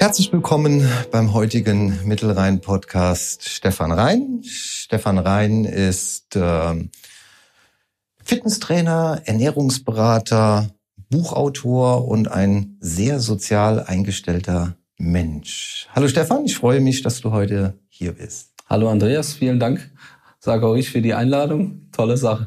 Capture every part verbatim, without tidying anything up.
Herzlich willkommen beim heutigen Mittelrhein-Podcast Stefan Rhein. Stefan Rhein ist äh, Fitnesstrainer, Ernährungsberater, Buchautor und ein sehr sozial eingestellter Mensch. Hallo Stefan, ich freue mich, dass du heute hier bist. Hallo Andreas, vielen Dank. Sage auch ich für die Einladung. Tolle Sache.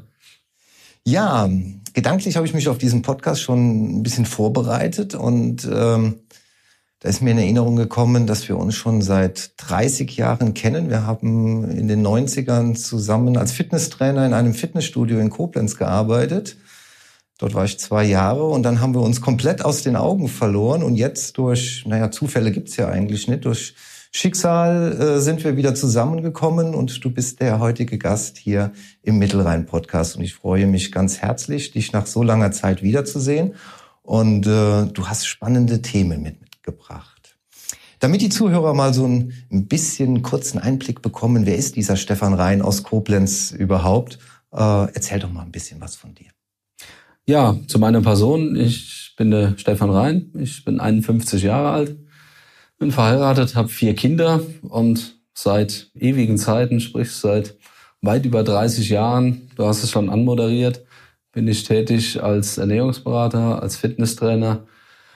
Ja, gedanklich habe ich mich auf diesen Podcast schon ein bisschen vorbereitet und ähm, da ist mir in Erinnerung gekommen, dass wir uns schon seit dreißig Jahren kennen. Wir haben in den neunzigern zusammen als Fitnesstrainer in einem Fitnessstudio in Koblenz gearbeitet. Dort war ich zwei Jahre und dann haben wir uns komplett aus den Augen verloren. Und jetzt durch, naja, Zufälle gibt's ja eigentlich nicht, durch Schicksal äh, sind wir wieder zusammengekommen und du bist der heutige Gast hier im Mittelrhein-Podcast. Und ich freue mich ganz herzlich, dich nach so langer Zeit wiederzusehen. Und äh, du hast spannende Themen mit. gebracht. Damit die Zuhörer mal so ein bisschen kurzen Einblick bekommen, wer ist dieser Stefan Rhein aus Koblenz überhaupt? Äh, erzähl doch mal ein bisschen was von dir. Ja, zu meiner Person. Ich bin der Stefan Rhein. Ich bin einundfünfzig Jahre alt, bin verheiratet, habe vier Kinder und seit ewigen Zeiten, sprich seit weit über dreißig Jahren, du hast es schon anmoderiert, bin ich tätig als Ernährungsberater, als Fitnesstrainer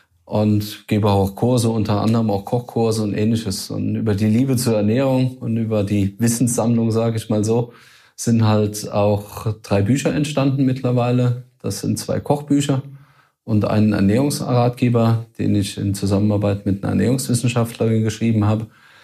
und gebe auch Kurse, unter anderem auch Kochkurse und Ähnliches. Und über die Liebe zur Ernährung und über die Wissenssammlung, sage ich mal so, sind halt auch drei Bücher entstanden mittlerweile. Das sind zwei Kochbücher und einen Ernährungsratgeber, den ich in Zusammenarbeit mit einer Ernährungswissenschaftlerin geschrieben habe.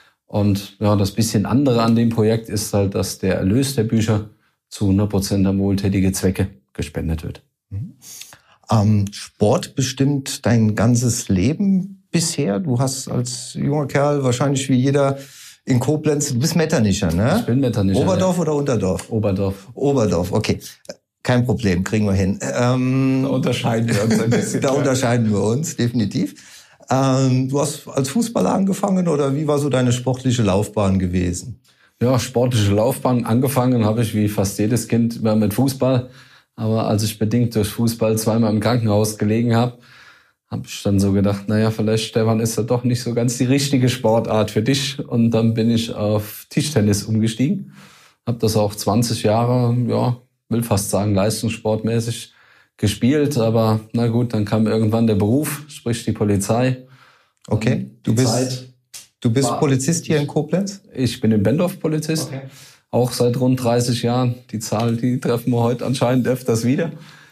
Und ja, das bisschen andere an dem Projekt ist halt, dass der Erlös der Bücher zu hundert Prozent an wohltätige Zwecke gespendet wird. Mhm. Ähm, Sport bestimmt dein ganzes Leben bisher. Du hast als junger Kerl wahrscheinlich wie jeder in Koblenz, du bist Metternicher, ne? Ich bin Metternicher. Oberdorf ja. oder Unterdorf? Oberdorf. Oberdorf, okay. Kein Problem, kriegen wir hin. Ähm, da unterscheiden wir uns ein bisschen. da unterscheiden wir uns, definitiv. Ähm, du hast als Fußballer angefangen oder wie war so deine sportliche Laufbahn gewesen? Ja, sportliche Laufbahn angefangen habe ich wie fast jedes Kind mit Fußball. Aber als ich bedingt durch Fußball zweimal im Krankenhaus gelegen habe, habe ich dann so gedacht, naja, vielleicht, Stefan, ist das doch nicht so ganz die richtige Sportart für dich. Und dann bin ich auf Tischtennis umgestiegen. Habe das auch zwanzig Jahre, ja, will fast sagen, leistungssportmäßig gespielt. Aber na gut, dann kam irgendwann der Beruf, sprich die Polizei. Okay, du bist, Zeit du bist Polizist hier in Koblenz? Ich bin in Bendorf Polizist. Okay. Auch seit rund dreißig Jahren. Die Zahl, die treffen wir heute anscheinend öfters wieder.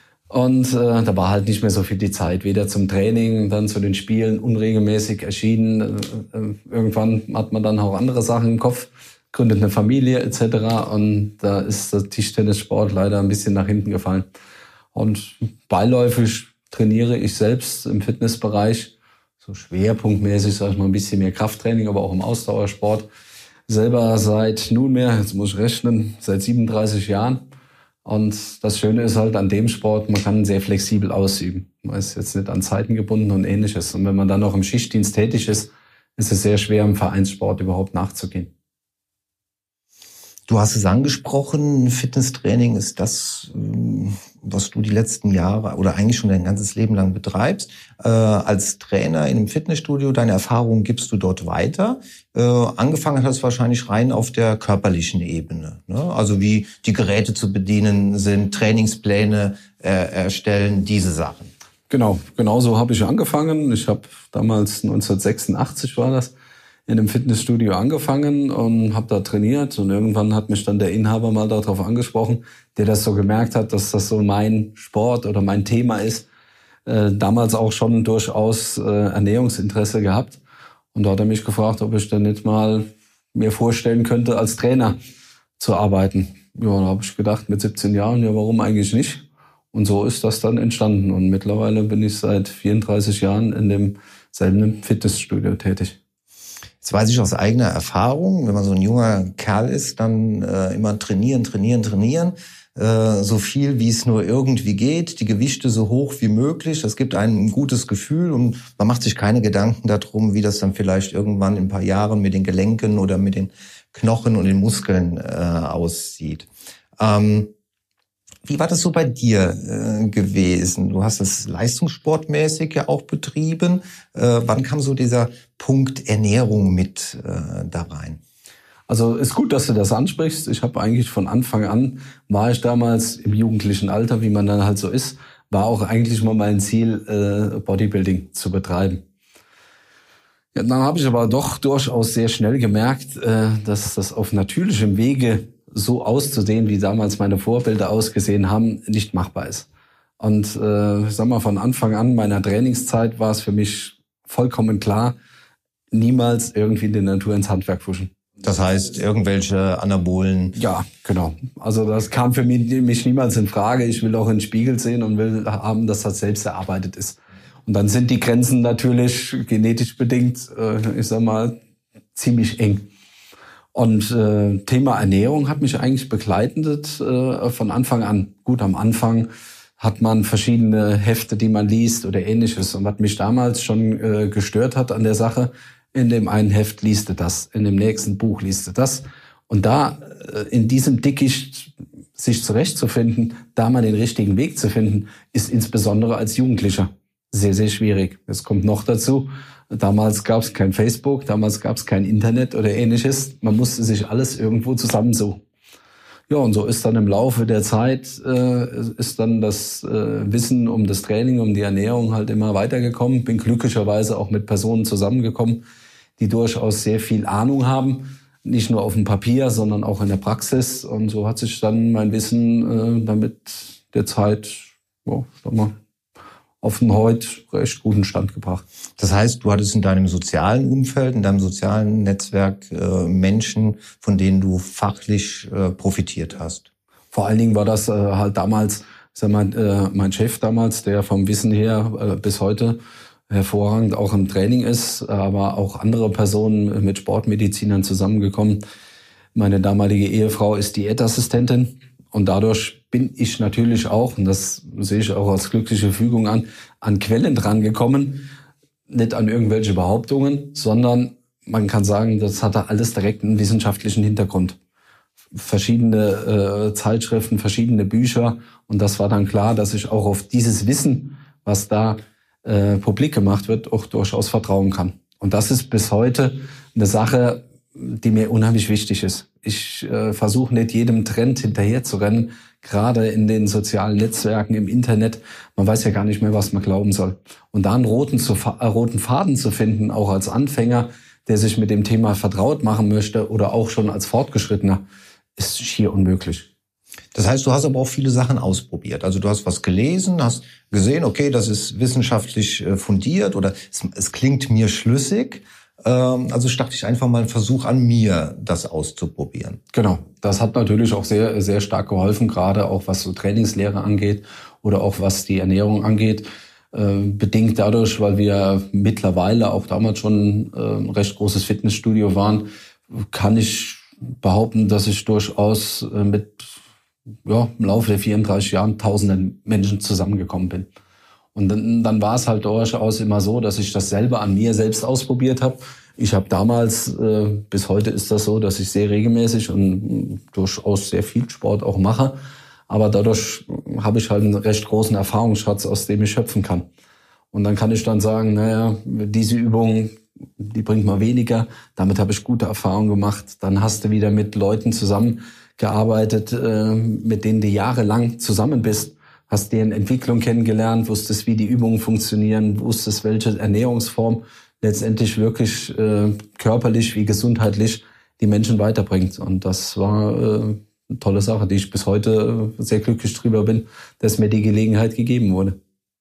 Und äh, da war halt nicht mehr so viel die Zeit, weder zum Training, dann zu den Spielen, unregelmäßig erschienen. Äh, irgendwann hat man dann auch andere Sachen im Kopf, gründet eine Familie et cetera. Und da ist der Tischtennissport leider ein bisschen nach hinten gefallen. Und beiläufig trainiere ich selbst im Fitnessbereich, so schwerpunktmäßig, sag ich mal, ein bisschen mehr Krafttraining, aber auch im Ausdauersport. Selber seit nunmehr, jetzt muss ich rechnen, seit siebenunddreißig Jahren. Und das Schöne ist halt an dem Sport, man kann sehr flexibel ausüben. Man ist jetzt nicht an Zeiten gebunden und Ähnliches. Und wenn man dann noch im Schichtdienst tätig ist, ist es sehr schwer, im Vereinssport überhaupt nachzugehen. Du hast es angesprochen, Fitnesstraining ist das, was du die letzten Jahre oder eigentlich schon dein ganzes Leben lang betreibst. Äh, als Trainer in einem Fitnessstudio, deine Erfahrungen gibst du dort weiter. Äh, angefangen hast du wahrscheinlich rein auf der körperlichen Ebene, ne? Also wie die Geräte zu bedienen sind, Trainingspläne äh, erstellen, diese Sachen. Genau, genau so habe ich angefangen. Ich habe damals neunzehnhundertsechsundachtzig war das, in einem Fitnessstudio angefangen und habe da trainiert. Und irgendwann hat mich dann der Inhaber mal darauf angesprochen, der das so gemerkt hat, dass das so mein Sport oder mein Thema ist. Äh, damals auch schon durchaus äh, Ernährungsinteresse gehabt. Und da hat er mich gefragt, ob ich dann nicht mal mir vorstellen könnte, als Trainer zu arbeiten. Ja, da habe ich gedacht, mit siebzehn Jahren, ja, warum eigentlich nicht? Und so ist das dann entstanden. Und mittlerweile bin ich seit vierunddreißig Jahren in demselben Fitnessstudio tätig. Jetzt weiß ich aus eigener Erfahrung, wenn man so ein junger Kerl ist, dann äh, immer trainieren, trainieren, trainieren, äh, so viel wie es nur irgendwie geht, die Gewichte so hoch wie möglich. Das gibt einem ein gutes Gefühl und man macht sich keine Gedanken darum, wie das dann vielleicht irgendwann in ein paar Jahren mit den Gelenken oder mit den Knochen und den Muskeln äh, aussieht. Ähm, Wie war das so bei dir äh, gewesen? Du hast es leistungssportmäßig ja auch betrieben. Äh, wann kam so dieser Punkt Ernährung mit äh, da rein? Also ist gut, dass du das ansprichst. Ich habe eigentlich von Anfang an, war ich damals im jugendlichen Alter, wie man dann halt so ist, war auch eigentlich mal mein Ziel, äh, Bodybuilding zu betreiben. Ja, dann habe ich aber doch durchaus sehr schnell gemerkt, äh, dass das auf natürlichem Wege so auszusehen, wie damals meine Vorbilder ausgesehen haben, nicht machbar ist. Und äh, ich sag mal, von Anfang an meiner Trainingszeit war es für mich vollkommen klar, niemals irgendwie in die Natur ins Handwerk pfuschen. Das heißt, irgendwelche Anabolen? Ja, genau. Also das kam für mich, mich niemals in Frage. Ich will auch in den Spiegel sehen und will haben, dass das selbst erarbeitet ist. Und dann sind die Grenzen natürlich genetisch bedingt, äh, ich sag mal, ziemlich eng. Und äh, Thema Ernährung hat mich eigentlich begleitet äh, von Anfang an. Gut, am Anfang hat man verschiedene Hefte, die man liest oder Ähnliches. Und was mich damals schon äh, gestört hat an der Sache, in dem einen Heft liest du das, in dem nächsten Buch liest du das. Und da äh, in diesem Dickicht sich zurechtzufinden, da mal den richtigen Weg zu finden, ist insbesondere als Jugendlicher sehr, sehr schwierig. Es kommt noch dazu, damals gab es kein Facebook, damals gab es kein Internet oder Ähnliches. Man musste sich alles irgendwo zusammensuchen. Ja, und so ist dann im Laufe der Zeit äh, ist dann das äh, Wissen um das Training, um die Ernährung halt immer weitergekommen. Bin glücklicherweise auch mit Personen zusammengekommen, die durchaus sehr viel Ahnung haben. Nicht nur auf dem Papier, sondern auch in der Praxis. Und so hat sich dann mein Wissen äh, damit der Zeit, ja, sag mal, auf den heute recht guten Stand gebracht. Das heißt, du hattest in deinem sozialen Umfeld, in deinem sozialen Netzwerk äh, Menschen, von denen du fachlich äh, profitiert hast. Vor allen Dingen war das äh, halt damals, sag mal, äh, mein Chef damals, der vom Wissen her äh, bis heute hervorragend auch im Training ist, aber auch andere Personen mit Sportmedizinern zusammengekommen. Meine damalige Ehefrau ist Diätassistentin. Und dadurch bin ich natürlich auch, und das sehe ich auch als glückliche Fügung an, an Quellen drangekommen. Nicht an irgendwelche Behauptungen, sondern man kann sagen, das hatte alles direkt einen wissenschaftlichen Hintergrund. Verschiedene äh, Zeitschriften, verschiedene Bücher. Und das war dann klar, dass ich auch auf dieses Wissen, was da äh, publik gemacht wird, auch durchaus vertrauen kann. Und das ist bis heute eine Sache, die mir unheimlich wichtig ist. Ich äh, versuche nicht jedem Trend hinterher zu rennen, gerade in den sozialen Netzwerken, im Internet. Man weiß ja gar nicht mehr, was man glauben soll. Und da einen roten, zu, äh, roten Faden zu finden, auch als Anfänger, der sich mit dem Thema vertraut machen möchte oder auch schon als Fortgeschrittener, ist schier unmöglich. Das heißt, du hast aber auch viele Sachen ausprobiert. Also du hast was gelesen, hast gesehen, okay, das ist wissenschaftlich äh, fundiert oder es, es klingt mir schlüssig. Also dachte ich einfach mal einen Versuch an mir, das auszuprobieren. Genau, das hat natürlich auch sehr, sehr stark geholfen, gerade auch was so Trainingslehre angeht oder auch was die Ernährung angeht. Bedingt dadurch, weil wir mittlerweile auch damals schon ein recht großes Fitnessstudio waren, kann ich behaupten, dass ich durchaus mit ja, im Laufe der vierunddreißig Jahren tausenden Menschen zusammengekommen bin. Und dann, dann war es halt durchaus immer so, dass ich das selber an mir selbst ausprobiert habe. Ich habe damals, äh, bis heute ist das so, dass ich sehr regelmäßig und durchaus sehr viel Sport auch mache. Aber dadurch habe ich halt einen recht großen Erfahrungsschatz, aus dem ich schöpfen kann. Und dann kann ich dann sagen, naja, diese Übung, die bringt mal weniger. Damit habe ich gute Erfahrungen gemacht. Dann hast du wieder mit Leuten zusammengearbeitet, äh, mit denen du jahrelang zusammen bist. Hast deren Entwicklung kennengelernt, wusstest, wie die Übungen funktionieren, wusstest, welche Ernährungsform letztendlich wirklich äh, körperlich wie gesundheitlich die Menschen weiterbringt. Und das war äh, eine tolle Sache, die ich bis heute sehr glücklich drüber bin, dass mir die Gelegenheit gegeben wurde.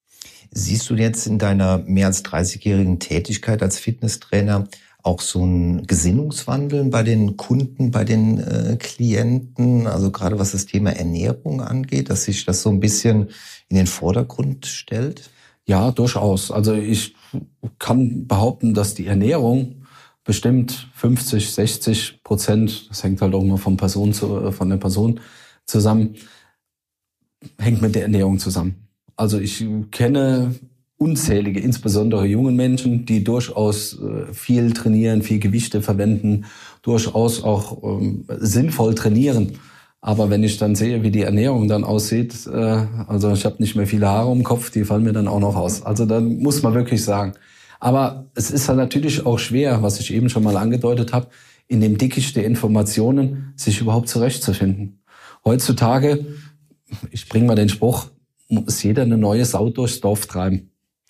Siehst du jetzt in deiner mehr als dreißigjährigen Tätigkeit als Fitnesstrainer auch so ein Gesinnungswandel bei den Kunden, bei den äh, Klienten, also gerade was das Thema Ernährung angeht, dass sich das so ein bisschen in den Vordergrund stellt? Ja, durchaus. Also ich kann behaupten, dass die Ernährung bestimmt fünfzig, sechzig Prozent, das hängt halt auch immer von Person zu, von der Person zusammen, hängt mit der Ernährung zusammen. Also ich kenne unzählige, insbesondere junge Menschen, die durchaus äh, viel trainieren, viel Gewichte verwenden, durchaus auch ähm, sinnvoll trainieren, Aber wenn ich dann sehe, wie die Ernährung dann aussieht, äh, also ich habe nicht mehr viele Haare im Kopf, die fallen mir dann auch noch aus. Also da muss man wirklich sagen. Aber es ist halt natürlich auch schwer, was ich eben schon mal angedeutet habe, in dem Dickicht der Informationen sich überhaupt zurechtzufinden. Heutzutage, ich bringe mal den Spruch, muss jeder eine neue Sau durchs Dorf treiben.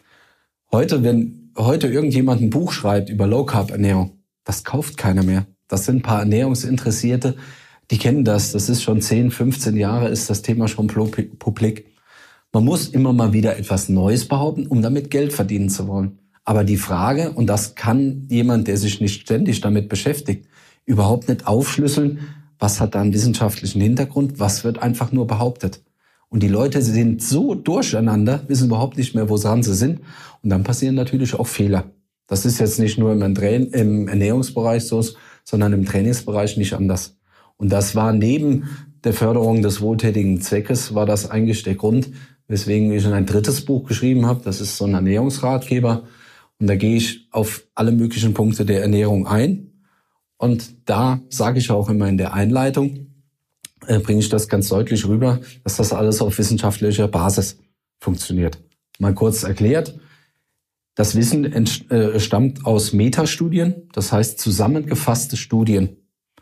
Heute, wenn heute irgendjemand ein Buch schreibt über Low-Carb-Ernährung, das kauft keiner mehr. Das sind ein paar Ernährungsinteressierte, die kennen das. Das ist schon zehn, fünfzehn Jahre ist das Thema schon publik. Man muss immer mal wieder etwas Neues behaupten, um damit Geld verdienen zu wollen. Aber die Frage, und das kann jemand, der sich nicht ständig damit beschäftigt, überhaupt nicht aufschlüsseln, was hat da einen wissenschaftlichen Hintergrund, was wird einfach nur behauptet. Und die Leute sind so durcheinander, wissen überhaupt nicht mehr, woran sie sind. Und dann passieren natürlich auch Fehler. Das ist jetzt nicht nur im Ernährungsbereich so, sondern im Trainingsbereich nicht anders. Und das war neben der Förderung des wohltätigen Zweckes, war das eigentlich der Grund, weswegen ich ein drittes Buch geschrieben habe. Das ist so ein Ernährungsratgeber. Und da gehe ich auf alle möglichen Punkte der Ernährung ein. Und da sage ich auch immer in der Einleitung, äh, bringe ich das ganz deutlich rüber, dass das alles auf wissenschaftlicher Basis funktioniert. Mal kurz erklärt, das Wissen ent, äh, stammt aus Metastudien, das heißt zusammengefasste Studien.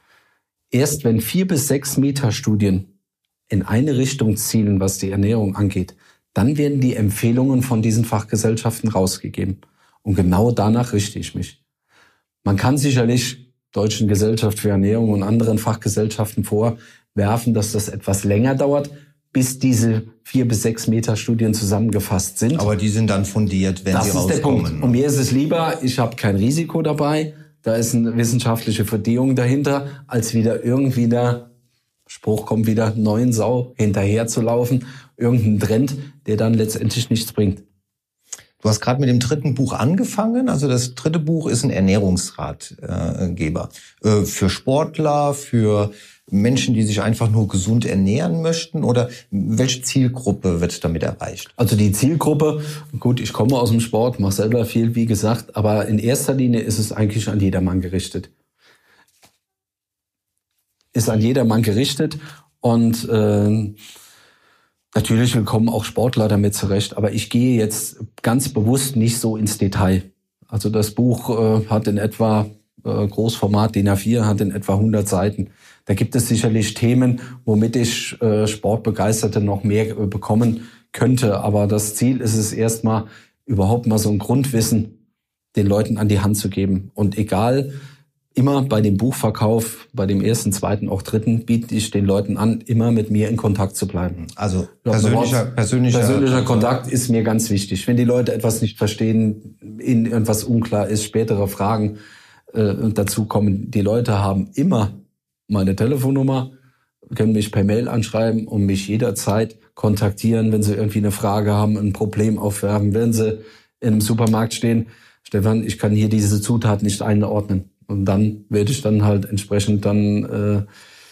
Erst wenn vier bis sechs Metastudien in eine Richtung zielen, was die Ernährung angeht, dann werden die Empfehlungen von diesen Fachgesellschaften rausgegeben. Und genau danach richte ich mich. Man kann sicherlich Deutschen Gesellschaft für Ernährung und anderen Fachgesellschaften vorwerfen, dass das etwas länger dauert, bis diese vier bis sechs Metastudien zusammengefasst sind. Aber die sind dann fundiert, wenn das sie rauskommen. Das ist der Punkt. Und mir ist es lieber, ich habe kein Risiko dabei, da ist eine wissenschaftliche Verdehung dahinter, als wieder irgendwie der Spruch kommt wieder, neuen Sau hinterher zu laufen, irgendein Trend, der dann letztendlich nichts bringt. Du hast gerade mit dem dritten Buch angefangen. Also das dritte Buch ist ein Ernährungsratgeber äh, für Sportler, für Menschen, die sich einfach nur gesund ernähren möchten. Oder welche Zielgruppe wird damit erreicht? Also die Zielgruppe, gut, ich komme aus dem Sport, mache selber viel, wie gesagt, aber in erster Linie ist es eigentlich an jedermann gerichtet. Ist an jedermann gerichtet und äh, natürlich kommen auch Sportler damit zurecht, aber ich gehe jetzt ganz bewusst nicht so ins Detail. Also das Buch äh, hat in etwa, äh, Großformat D I N A vier, hat in etwa hundert Seiten. Da gibt es sicherlich Themen, womit ich äh, Sportbegeisterte noch mehr äh, bekommen könnte. Aber das Ziel ist es erstmal, überhaupt mal so ein Grundwissen den Leuten an die Hand zu geben. Und egal, immer bei dem Buchverkauf, bei dem ersten, zweiten, auch dritten, biete ich den Leuten an, immer mit mir in Kontakt zu bleiben. Also persönlicher, persönlicher, persönlicher Kontakt ist mir ganz wichtig. Wenn die Leute etwas nicht verstehen, ihnen irgendwas unklar ist, spätere Fragen äh, dazu kommen. Die Leute haben immer meine Telefonnummer, können mich per Mail anschreiben und mich jederzeit kontaktieren, wenn sie irgendwie eine Frage haben, ein Problem aufwerfen, wenn sie in einem Supermarkt stehen. Stefan, ich kann hier diese Zutat nicht einordnen. Und dann werde ich dann halt entsprechend dann äh,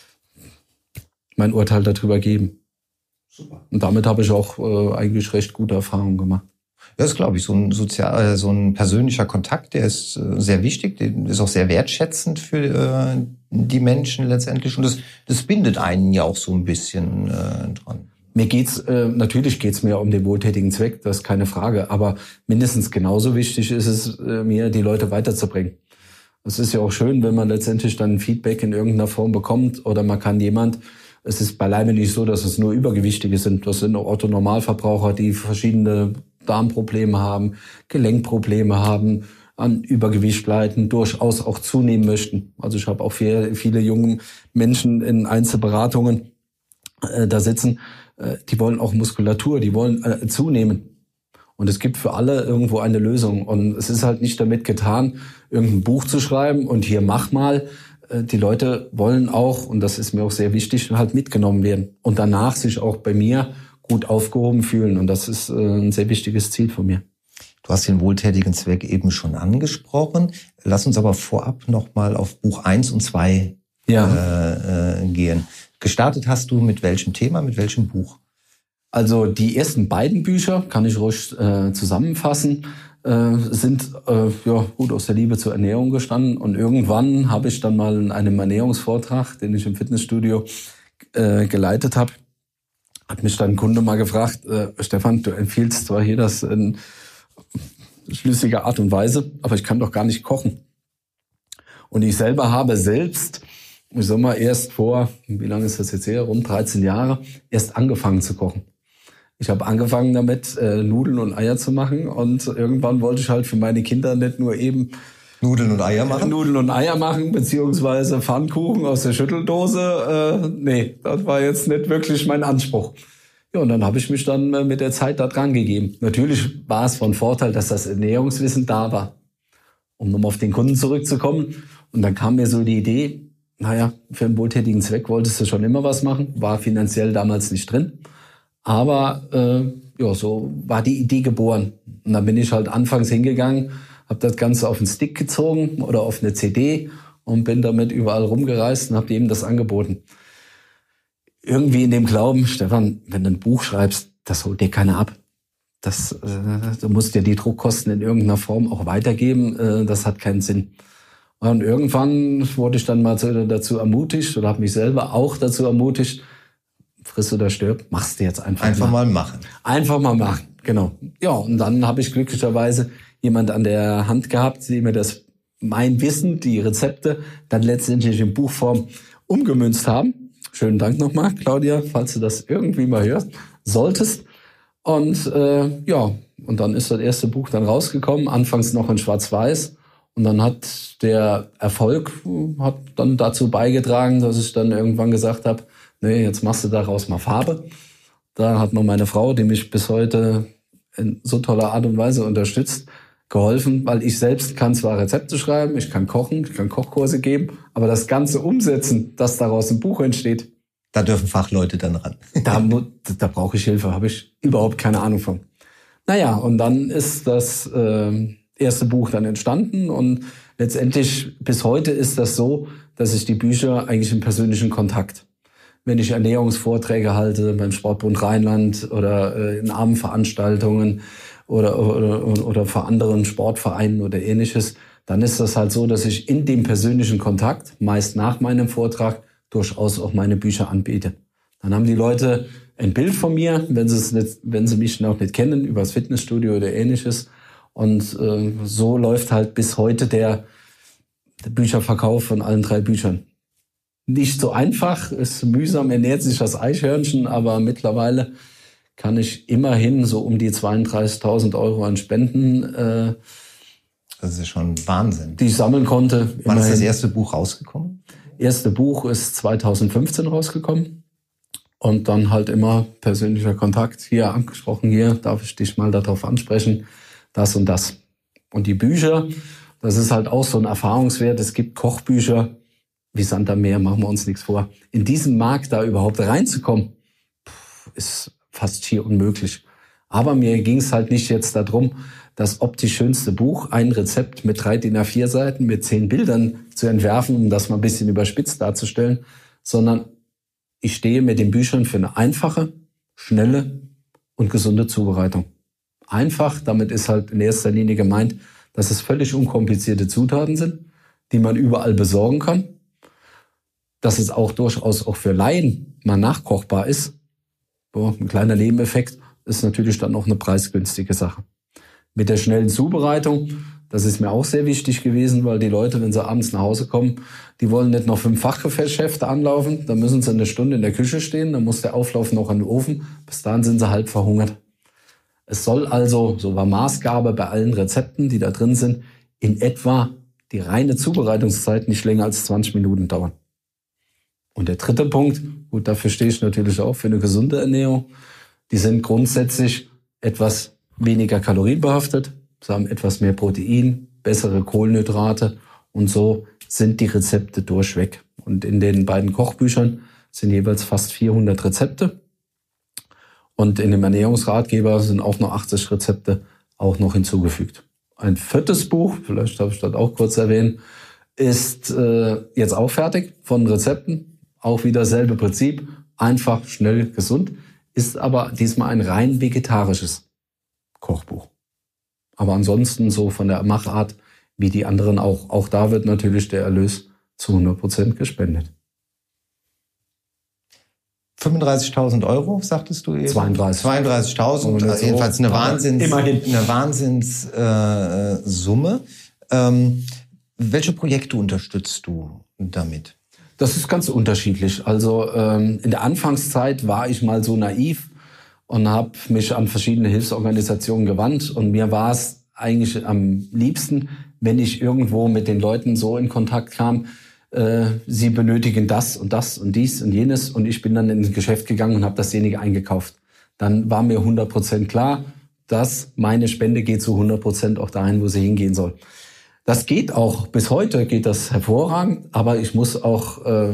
mein Urteil darüber geben. Super. Und damit habe ich auch äh, eigentlich recht gute Erfahrungen gemacht. Ja, das glaube ich. So ein sozial, so ein persönlicher Kontakt, der ist äh, sehr wichtig, der ist auch sehr wertschätzend für äh, die Menschen letztendlich. Und das, das bindet einen ja auch so ein bisschen äh, dran. Mir geht's äh, natürlich geht's mir um den wohltätigen Zweck, das ist keine Frage. Aber mindestens genauso wichtig ist es äh, mir, die Leute weiterzubringen. Es ist ja auch schön, wenn man letztendlich dann Feedback in irgendeiner Form bekommt oder man kann jemand, es ist beileibe nicht so, dass es nur Übergewichtige sind. Das sind auch Otto-Normalverbraucher, die verschiedene Darmprobleme haben, Gelenkprobleme haben, an Übergewicht leiden, durchaus auch zunehmen möchten. Also ich habe auch viele, viele junge Menschen in Einzelberatungen äh, da sitzen, äh, die wollen auch Muskulatur, die wollen äh, zunehmen. Und es gibt für alle irgendwo eine Lösung. Und es ist halt nicht damit getan, irgendein Buch zu schreiben und hier mach mal. Die Leute wollen auch, und das ist mir auch sehr wichtig, halt mitgenommen werden. Und danach sich auch bei mir gut aufgehoben fühlen. Und das ist ein sehr wichtiges Ziel von mir. Du hast den wohltätigen Zweck eben schon angesprochen. Lass uns aber vorab nochmal auf Buch eins und zwei ja. äh, gehen. Gestartet hast du mit welchem Thema, mit welchem Buch? Also die ersten beiden Bücher, kann ich ruhig äh, zusammenfassen, äh, sind äh, ja gut aus der Liebe zur Ernährung gestanden. Und irgendwann habe ich dann mal in einem Ernährungsvortrag, den ich im Fitnessstudio äh, geleitet habe, hat mich dann ein Kunde mal gefragt, äh, Stefan, du empfiehlst zwar hier das in schlüssiger Art und Weise, aber ich kann doch gar nicht kochen. Und ich selber habe selbst, ich sag mal, erst vor, wie lange ist das jetzt her, rund dreizehn Jahre, erst angefangen zu kochen. Ich habe angefangen damit, äh, Nudeln und Eier zu machen und irgendwann wollte ich halt für meine Kinder nicht nur eben Nudeln und Eier machen? Nudeln und Eier machen, beziehungsweise Pfannkuchen aus der Schütteldose. Äh, nee, das war jetzt nicht wirklich mein Anspruch. Ja, und dann habe ich mich dann äh, mit der Zeit da dran gegeben. Natürlich war es von Vorteil, dass das Ernährungswissen da war. Um nochmal auf den Kunden zurückzukommen. Und dann kam mir so die Idee, naja, für einen wohltätigen Zweck wolltest du schon immer was machen. War finanziell damals nicht drin. Aber äh, ja, so war die Idee geboren. Und dann bin ich halt anfangs hingegangen, habe das Ganze auf einen Stick gezogen oder auf eine C D und bin damit überall rumgereist und habe ihm das angeboten. Irgendwie in dem Glauben, Stefan, wenn du ein Buch schreibst, das holt dir keiner ab. Das, äh, du musst dir die Druckkosten in irgendeiner Form auch weitergeben. Äh, das hat keinen Sinn. Und irgendwann wurde ich dann mal dazu ermutigt oder habe mich selber auch dazu ermutigt, friss oder stirb, machst du jetzt einfach, einfach mal. mal machen. Einfach mal machen, genau. Ja, und dann habe ich glücklicherweise jemand an der Hand gehabt, die mir das, mein Wissen, die Rezepte, dann letztendlich in Buchform umgemünzt haben. Schönen Dank nochmal, Claudia, falls du das irgendwie mal hörst, solltest. Und äh, ja, und dann ist das erste Buch dann rausgekommen, anfangs noch in Schwarz-Weiß. Und dann hat der Erfolg hat dann dazu beigetragen, dass ich dann irgendwann gesagt habe, nee, jetzt machst du daraus mal Farbe. Da hat mir meine Frau, die mich bis heute in so toller Art und Weise unterstützt, geholfen, weil ich selbst kann zwar Rezepte schreiben, ich kann kochen, ich kann Kochkurse geben, aber das ganze Umsetzen, dass daraus ein Buch entsteht, da dürfen Fachleute dann ran. da, da brauche ich Hilfe, habe ich überhaupt keine Ahnung von. Naja, und dann ist das äh, erste Buch dann entstanden und letztendlich bis heute ist das so, dass ich die Bücher eigentlich im persönlichen Kontakt, wenn ich Ernährungsvorträge halte beim Sportbund Rheinland oder äh, in Abendveranstaltungen oder, oder, oder vor anderen Sportvereinen oder ähnliches, dann ist das halt so, dass ich in dem persönlichen Kontakt, meist nach meinem Vortrag, durchaus auch meine Bücher anbiete. Dann haben die Leute ein Bild von mir, wenn sie es nicht, wenn sie mich noch nicht kennen, über das Fitnessstudio oder ähnliches. Und äh, so läuft halt bis heute der, der Bücherverkauf von allen drei Büchern. Nicht so einfach, ist mühsam, ernährt sich das Eichhörnchen, aber mittlerweile kann ich immerhin so um die zweiunddreißigtausend Euro an Spenden, äh, das ist ja schon Wahnsinn, die ich sammeln konnte. Wann immerhin. Ist das erste Buch rausgekommen? Erste Buch ist zweitausendfünfzehn rausgekommen und dann halt immer persönlicher Kontakt. Hier angesprochen, hier darf ich dich mal darauf ansprechen, das und das. Und die Bücher, das ist halt auch so ein Erfahrungswert. Es gibt Kochbücher wie Sand am Meer, machen wir uns nichts vor. In diesen Markt da überhaupt reinzukommen, ist fast schier unmöglich. Aber mir ging es halt nicht jetzt darum, das optisch schönste Buch, ein Rezept mit drei D I N A vier Seiten, mit zehn Bildern zu entwerfen, um das mal ein bisschen überspitzt darzustellen, sondern ich stehe mit den Büchern für eine einfache, schnelle und gesunde Zubereitung. Einfach, damit ist halt in erster Linie gemeint, dass es völlig unkomplizierte Zutaten sind, die man überall besorgen kann, dass es auch durchaus auch für Laien mal nachkochbar ist. So, ein kleiner Nebeneffekt ist natürlich dann auch eine preisgünstige Sache. Mit der schnellen Zubereitung, das ist mir auch sehr wichtig gewesen, weil die Leute, wenn sie abends nach Hause kommen, die wollen nicht noch fünf Fachgeschäfte anlaufen, dann müssen sie eine Stunde in der Küche stehen, dann muss der Auflauf noch an den Ofen, bis dahin sind sie halb verhungert. Es soll also, so war Maßgabe bei allen Rezepten, die da drin sind, in etwa die reine Zubereitungszeit nicht länger als zwanzig Minuten dauern. Und der dritte Punkt, gut, dafür stehe ich natürlich auch für eine gesunde Ernährung, die sind grundsätzlich etwas weniger kalorienbehaftet, sie haben etwas mehr Protein, bessere Kohlenhydrate und so sind die Rezepte durchweg. Und in den beiden Kochbüchern sind jeweils fast vierhundert Rezepte und in dem Ernährungsratgeber sind auch noch achtzig Rezepte auch noch hinzugefügt. Ein viertes Buch, vielleicht darf ich das auch kurz erwähnen, ist äh, jetzt auch fertig von Rezepten, auch wieder dasselbe Prinzip, einfach, schnell, gesund, ist aber diesmal ein rein vegetarisches Kochbuch. Aber ansonsten so von der Machart wie die anderen auch. Auch da wird natürlich der Erlös zu hundert Prozent gespendet. fünfunddreißigtausend Euro, sagtest du eben? zweiunddreißig. zweiunddreißigtausend, also jedenfalls eine Wahnsinns, immerhin. eine Wahnsinnssumme. Äh, Summe. ähm, welche Projekte unterstützt du damit? Das ist ganz unterschiedlich. Also ähm, in der Anfangszeit war ich mal so naiv und habe mich an verschiedene Hilfsorganisationen gewandt. Und mir war es eigentlich am liebsten, wenn ich irgendwo mit den Leuten so in Kontakt kam, äh, sie benötigen das und das und dies und jenes. Und ich bin dann ins Geschäft gegangen und habe dasjenige eingekauft. Dann war mir hundert Prozent klar, dass meine Spende geht zu hundert Prozent auch dahin, wo sie hingehen soll. Das geht auch, bis heute geht das hervorragend, aber ich muss auch äh,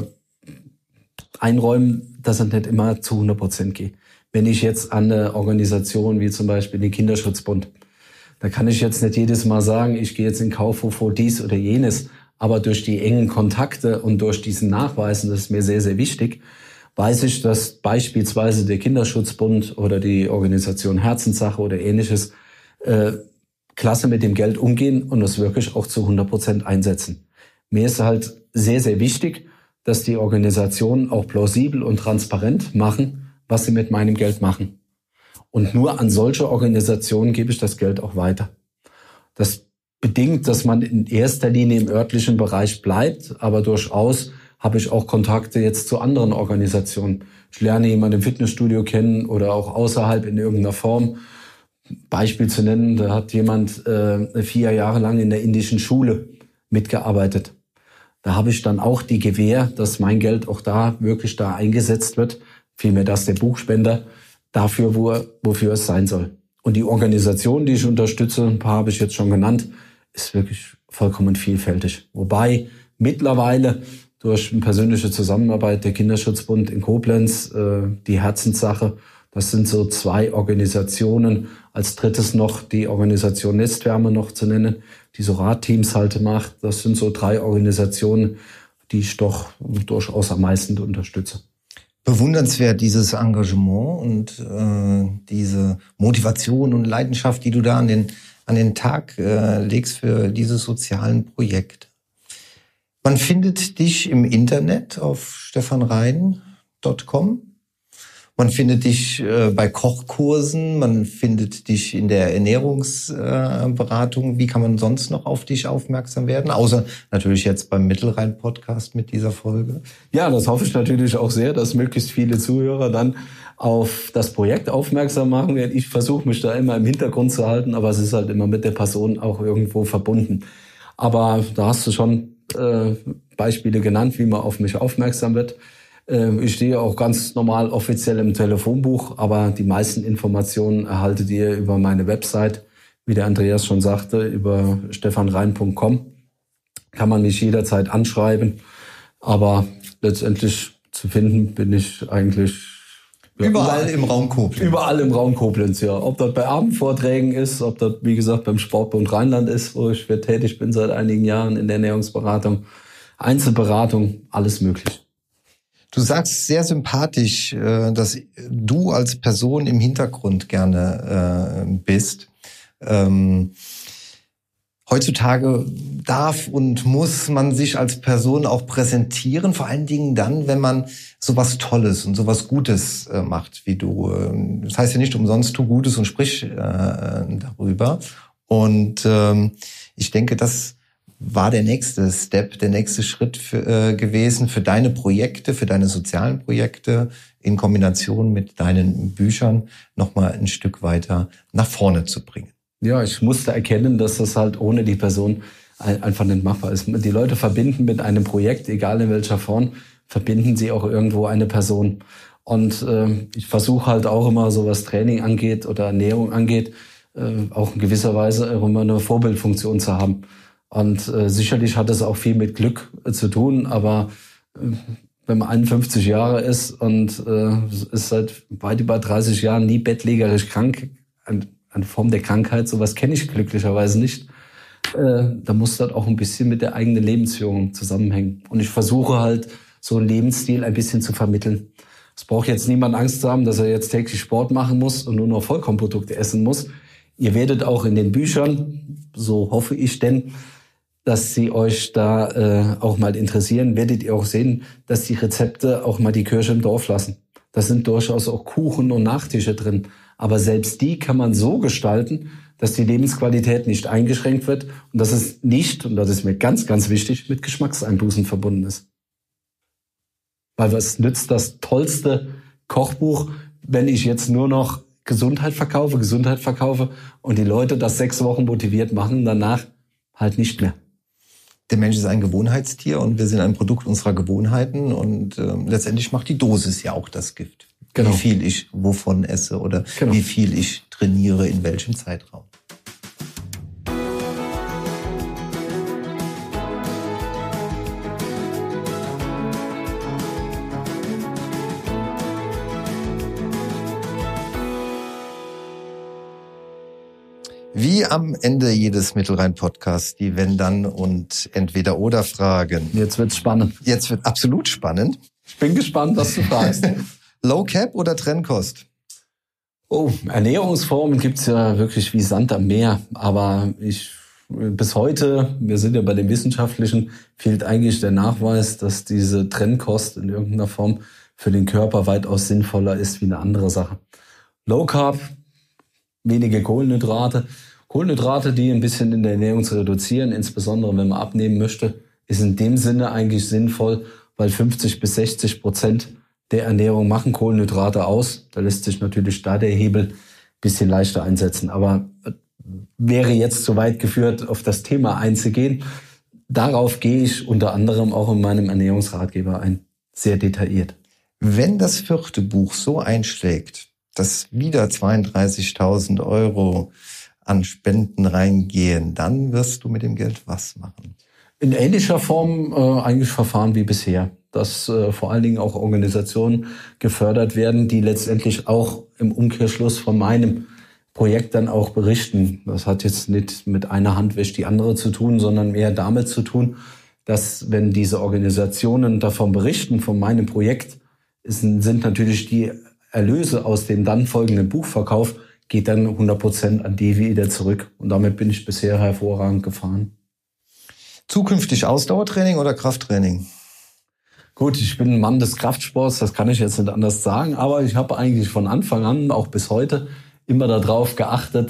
einräumen, dass es nicht immer zu hundert Prozent geht. Wenn ich jetzt an eine Organisation wie zum Beispiel den Kinderschutzbund, da kann ich jetzt nicht jedes Mal sagen, ich gehe jetzt in Kaufhof für dies oder jenes, aber durch die engen Kontakte und durch diesen Nachweisen, das ist mir sehr, sehr wichtig, weiß ich, dass beispielsweise der Kinderschutzbund oder die Organisation Herzenssache oder ähnliches äh, klasse mit dem Geld umgehen und es wirklich auch zu hundert Prozent einsetzen. Mir ist halt sehr, sehr wichtig, dass die Organisationen auch plausibel und transparent machen, was sie mit meinem Geld machen. Und nur an solche Organisationen gebe ich das Geld auch weiter. Das bedingt, dass man in erster Linie im örtlichen Bereich bleibt, aber durchaus habe ich auch Kontakte jetzt zu anderen Organisationen. Ich lerne jemanden im Fitnessstudio kennen oder auch außerhalb in irgendeiner Form. Beispiel zu nennen, da hat jemand äh, vier Jahre lang in der indischen Schule mitgearbeitet. Da habe ich dann auch die Gewähr, dass mein Geld auch da wirklich da eingesetzt wird, vielmehr das der Buchspender, dafür, wo, wofür es sein soll. Und die Organisation, die ich unterstütze, ein paar habe ich jetzt schon genannt, ist wirklich vollkommen vielfältig. Wobei mittlerweile durch eine persönliche Zusammenarbeit der Kinderschutzbund in Koblenz, äh, die Herzenssache, das sind so zwei Organisationen. Als drittes noch die Organisation Nestwärme noch zu nennen, die so Radteams halt macht. Das sind so drei Organisationen, die ich doch durchaus am meisten unterstütze. Bewundernswert, dieses Engagement und äh, diese Motivation und Leidenschaft, die du da an den, an den Tag äh, legst für diese sozialen Projekte. Man findet dich im Internet auf stefan rein punkt com. Man findet dich äh, bei Kochkursen, man findet dich in der Ernährungsberatung. Äh, Wie kann man sonst noch auf dich aufmerksam werden? Außer natürlich jetzt beim Mittelrhein-Podcast mit dieser Folge. Ja, das hoffe ich natürlich auch sehr, dass möglichst viele Zuhörer dann auf das Projekt aufmerksam machen werden. Ich versuche mich da immer im Hintergrund zu halten, aber es ist halt immer mit der Person auch irgendwo verbunden. Aber da hast du schon äh, Beispiele genannt, wie man auf mich aufmerksam wird. Ich stehe auch ganz normal offiziell im Telefonbuch, aber die meisten Informationen erhaltet ihr über meine Website, wie der Andreas schon sagte, über stefan rein punkt com. Kann man mich jederzeit anschreiben, aber letztendlich zu finden bin ich eigentlich ja, überall im Raum Koblenz. Überall im Raum Koblenz, ja. Ob das bei Abendvorträgen ist, ob das, wie gesagt, beim Sportbund Rheinland ist, wo ich tätig bin seit einigen Jahren in der Ernährungsberatung, Einzelberatung, alles möglich. Du sagst sehr sympathisch, dass du als Person im Hintergrund gerne bist. Ähm, heutzutage darf und muss man sich als Person auch präsentieren, vor allen Dingen dann, wenn man sowas Tolles und sowas Gutes macht wie du. Das heißt ja nicht umsonst, tu Gutes und sprich darüber. Und ich denke, das war der nächste Step, der nächste Schritt für, äh, gewesen für deine Projekte, für deine sozialen Projekte in Kombination mit deinen Büchern nochmal ein Stück weiter nach vorne zu bringen. Ja, ich musste erkennen, dass das halt ohne die Person einfach nicht machbar ist. Die Leute verbinden mit einem Projekt, egal in welcher Form, verbinden sie auch irgendwo eine Person. Und äh, ich versuche halt auch immer, so was Training angeht oder Ernährung angeht, äh, auch in gewisser Weise immer eine Vorbildfunktion zu haben. Und äh, sicherlich hat es auch viel mit Glück äh, zu tun, aber äh, wenn man einundfünfzig Jahre ist und äh, ist seit weit über dreißig Jahren nie bettlägerisch krank, eine, eine Form der Krankheit, sowas kenne ich glücklicherweise nicht, äh, da muss das auch ein bisschen mit der eigenen Lebensführung zusammenhängen. Und ich versuche halt, so einen Lebensstil ein bisschen zu vermitteln. Es braucht jetzt niemand Angst zu haben, dass er jetzt täglich Sport machen muss und nur noch Vollkornprodukte essen muss. Ihr werdet auch in den Büchern, so hoffe ich denn, dass sie euch da äh, auch mal interessieren, werdet ihr auch sehen, dass die Rezepte auch mal die Kirche im Dorf lassen. Da sind durchaus auch Kuchen und Nachtische drin. Aber selbst die kann man so gestalten, dass die Lebensqualität nicht eingeschränkt wird und dass es nicht, und das ist mir ganz, ganz wichtig, mit Geschmackseinbußen verbunden ist. Weil was nützt das tollste Kochbuch, wenn ich jetzt nur noch Gesundheit verkaufe, Gesundheit verkaufe und die Leute das sechs Wochen motiviert machen, danach halt nicht mehr. Der Mensch ist ein Gewohnheitstier und wir sind ein Produkt unserer Gewohnheiten und äh, letztendlich macht die Dosis ja auch das Gift. Genau. Wie viel ich wovon esse oder genau. Wie viel ich trainiere, in welchem Zeitraum. Wie am Ende jedes Mittelrhein-Podcasts die Wenn-Dann- und Entweder-Oder-Fragen. Jetzt wird's spannend. Jetzt wird absolut spannend. Ich bin gespannt, was du fragst. Low Carb oder Trennkost? Oh, Ernährungsformen gibt's ja wirklich wie Sand am Meer. Aber ich bis heute, wir sind ja bei dem Wissenschaftlichen, fehlt eigentlich der Nachweis, dass diese Trennkost in irgendeiner Form für den Körper weitaus sinnvoller ist wie eine andere Sache. Low Carb, wenige Kohlenhydrate. Kohlenhydrate, die ein bisschen in der Ernährung zu reduzieren, insbesondere wenn man abnehmen möchte, ist in dem Sinne eigentlich sinnvoll, weil fünfzig bis sechzig Prozent der Ernährung machen Kohlenhydrate aus. Da lässt sich natürlich da der Hebel ein bisschen leichter einsetzen. Aber wäre jetzt zu weit geführt, auf das Thema einzugehen. Darauf gehe ich unter anderem auch in meinem Ernährungsratgeber ein, sehr detailliert. Wenn das vierte Buch so einschlägt, dass wieder zweiunddreißigtausend Euro an Spenden reingehen, dann wirst du mit dem Geld was machen? In ähnlicher Form äh, eigentlich verfahren wie bisher. Dass äh, vor allen Dingen auch Organisationen gefördert werden, die letztendlich auch im Umkehrschluss von meinem Projekt dann auch berichten. Das hat jetzt nicht mit einer Hand wäscht die andere zu tun, sondern mehr damit zu tun, dass wenn diese Organisationen davon berichten, von meinem Projekt, ist, sind natürlich die Erlöse aus dem dann folgenden Buchverkauf, geht dann hundert Prozent an die wieder zurück. Und damit bin ich bisher hervorragend gefahren. Zukünftig Ausdauertraining oder Krafttraining? Gut, ich bin ein Mann des Kraftsports, das kann ich jetzt nicht anders sagen, aber ich habe eigentlich von Anfang an, auch bis heute, immer darauf geachtet,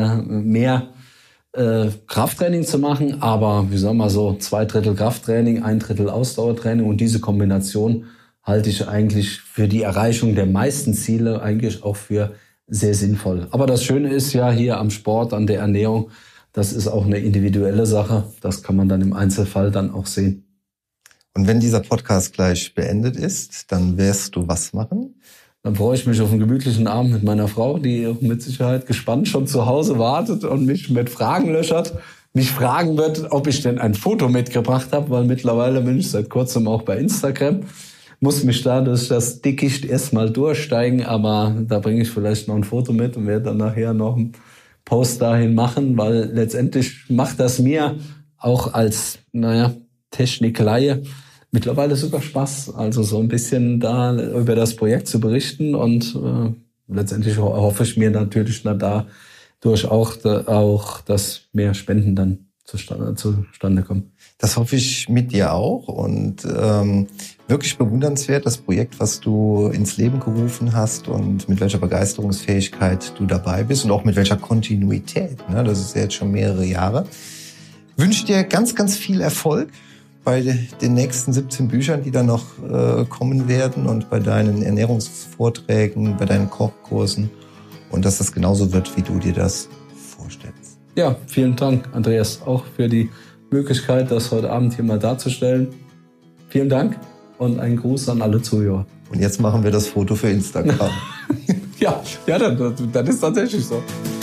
mehr Krafttraining zu machen, aber wie sagen wir so, zwei Drittel Krafttraining, ein Drittel Ausdauertraining und diese Kombination halte ich eigentlich für die Erreichung der meisten Ziele eigentlich auch für sehr sinnvoll. Aber das Schöne ist ja hier am Sport, an der Ernährung, das ist auch eine individuelle Sache, das kann man dann im Einzelfall dann auch sehen. Und wenn dieser Podcast gleich beendet ist, dann wirst du was machen? Dann freue ich mich auf einen gemütlichen Abend mit meiner Frau, die mit Sicherheit gespannt schon zu Hause wartet und mich mit Fragen löchert. Mich fragen wird, ob ich denn ein Foto mitgebracht habe, weil mittlerweile bin ich seit kurzem auch bei Instagram. Muss mich da durch das Dickicht erstmal durchsteigen, aber da bringe ich vielleicht noch ein Foto mit und werde dann nachher noch einen Post dahin machen, weil letztendlich macht das mir auch als, naja, Technikleihe mittlerweile sogar Spaß, also so ein bisschen da über das Projekt zu berichten und äh, letztendlich hoffe ich mir natürlich na, dadurch auch, da, auch, dass mehr Spenden dann zustande, zustande kommen. Das hoffe ich mit dir auch und ähm, wirklich bewundernswert, das Projekt, was du ins Leben gerufen hast und mit welcher Begeisterungsfähigkeit du dabei bist und auch mit welcher Kontinuität, ne? Das ist ja jetzt schon mehrere Jahre. Ich wünsche dir ganz, ganz viel Erfolg bei den nächsten siebzehn Büchern, die dann noch äh, kommen werden und bei deinen Ernährungsvorträgen, bei deinen Kochkursen und dass das genauso wird, wie du dir das vorstellst. Ja, vielen Dank, Andreas, auch für die Möglichkeit, das heute Abend hier mal darzustellen. Vielen Dank und einen Gruß an alle Zuhörer. Und jetzt machen wir das Foto für Instagram. ja, ja, das, das ist tatsächlich so.